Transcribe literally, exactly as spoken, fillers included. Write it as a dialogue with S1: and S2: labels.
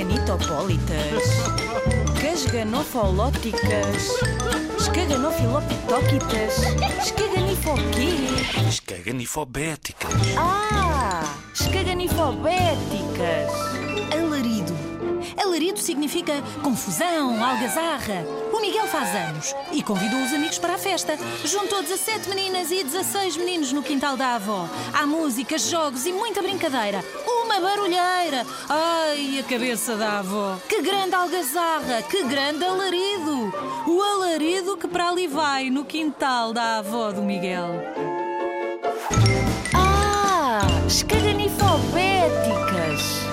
S1: escaganitopólitas, casganofolóticas, escaganofiloptóquitas, escaganifoquê?
S2: Escaganifobéticas.
S1: Ah, escaganifobéticas.
S3: Alarido. Alarido significa confusão, algazarra. O Miguel faz anos e convidou os amigos para a festa. Juntou dezassete meninas e dezasseis meninos no quintal da avó. Há música, jogos e muita brincadeira. Uma barulheira. Ai, a cabeça da avó. Que grande algazarra, que grande alarido. O alarido que para ali vai no quintal da avó do Miguel.
S1: Ah, escaganifobéticas.